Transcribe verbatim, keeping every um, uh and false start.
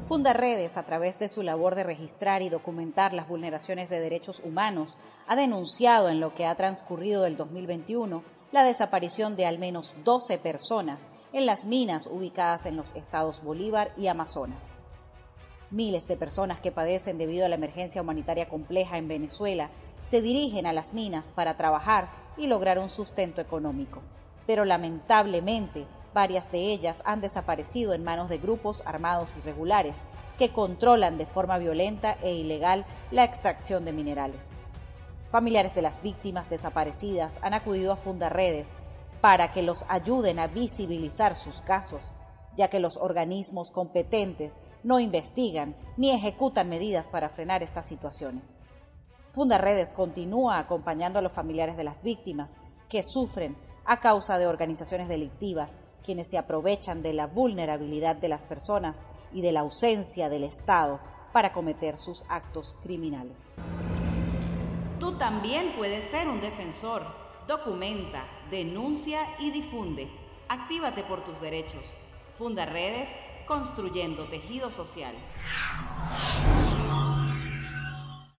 Fundaredes, a través de su labor de registrar y documentar las vulneraciones de derechos humanos, ha denunciado en lo que ha transcurrido del dos mil veintiuno la desaparición de al menos doce personas en las minas ubicadas en los estados Bolívar y Amazonas. Miles de personas que padecen debido a la emergencia humanitaria compleja en Venezuela se dirigen a las minas para trabajar y lograr un sustento económico, pero lamentablemente varias de ellas han desaparecido en manos de grupos armados irregulares que controlan de forma violenta e ilegal la extracción de minerales. Familiares de las víctimas desaparecidas han acudido a Fundaredes para que los ayuden a visibilizar sus casos, ya que los organismos competentes no investigan ni ejecutan medidas para frenar estas situaciones. Fundaredes continúa acompañando a los familiares de las víctimas que sufren a causa de organizaciones delictivas, quienes se aprovechan de la vulnerabilidad de las personas y de la ausencia del Estado para cometer sus actos criminales. Tú también puedes ser un defensor. Documenta, denuncia y difunde. Actívate por tus derechos. Fundaredes, construyendo tejido social.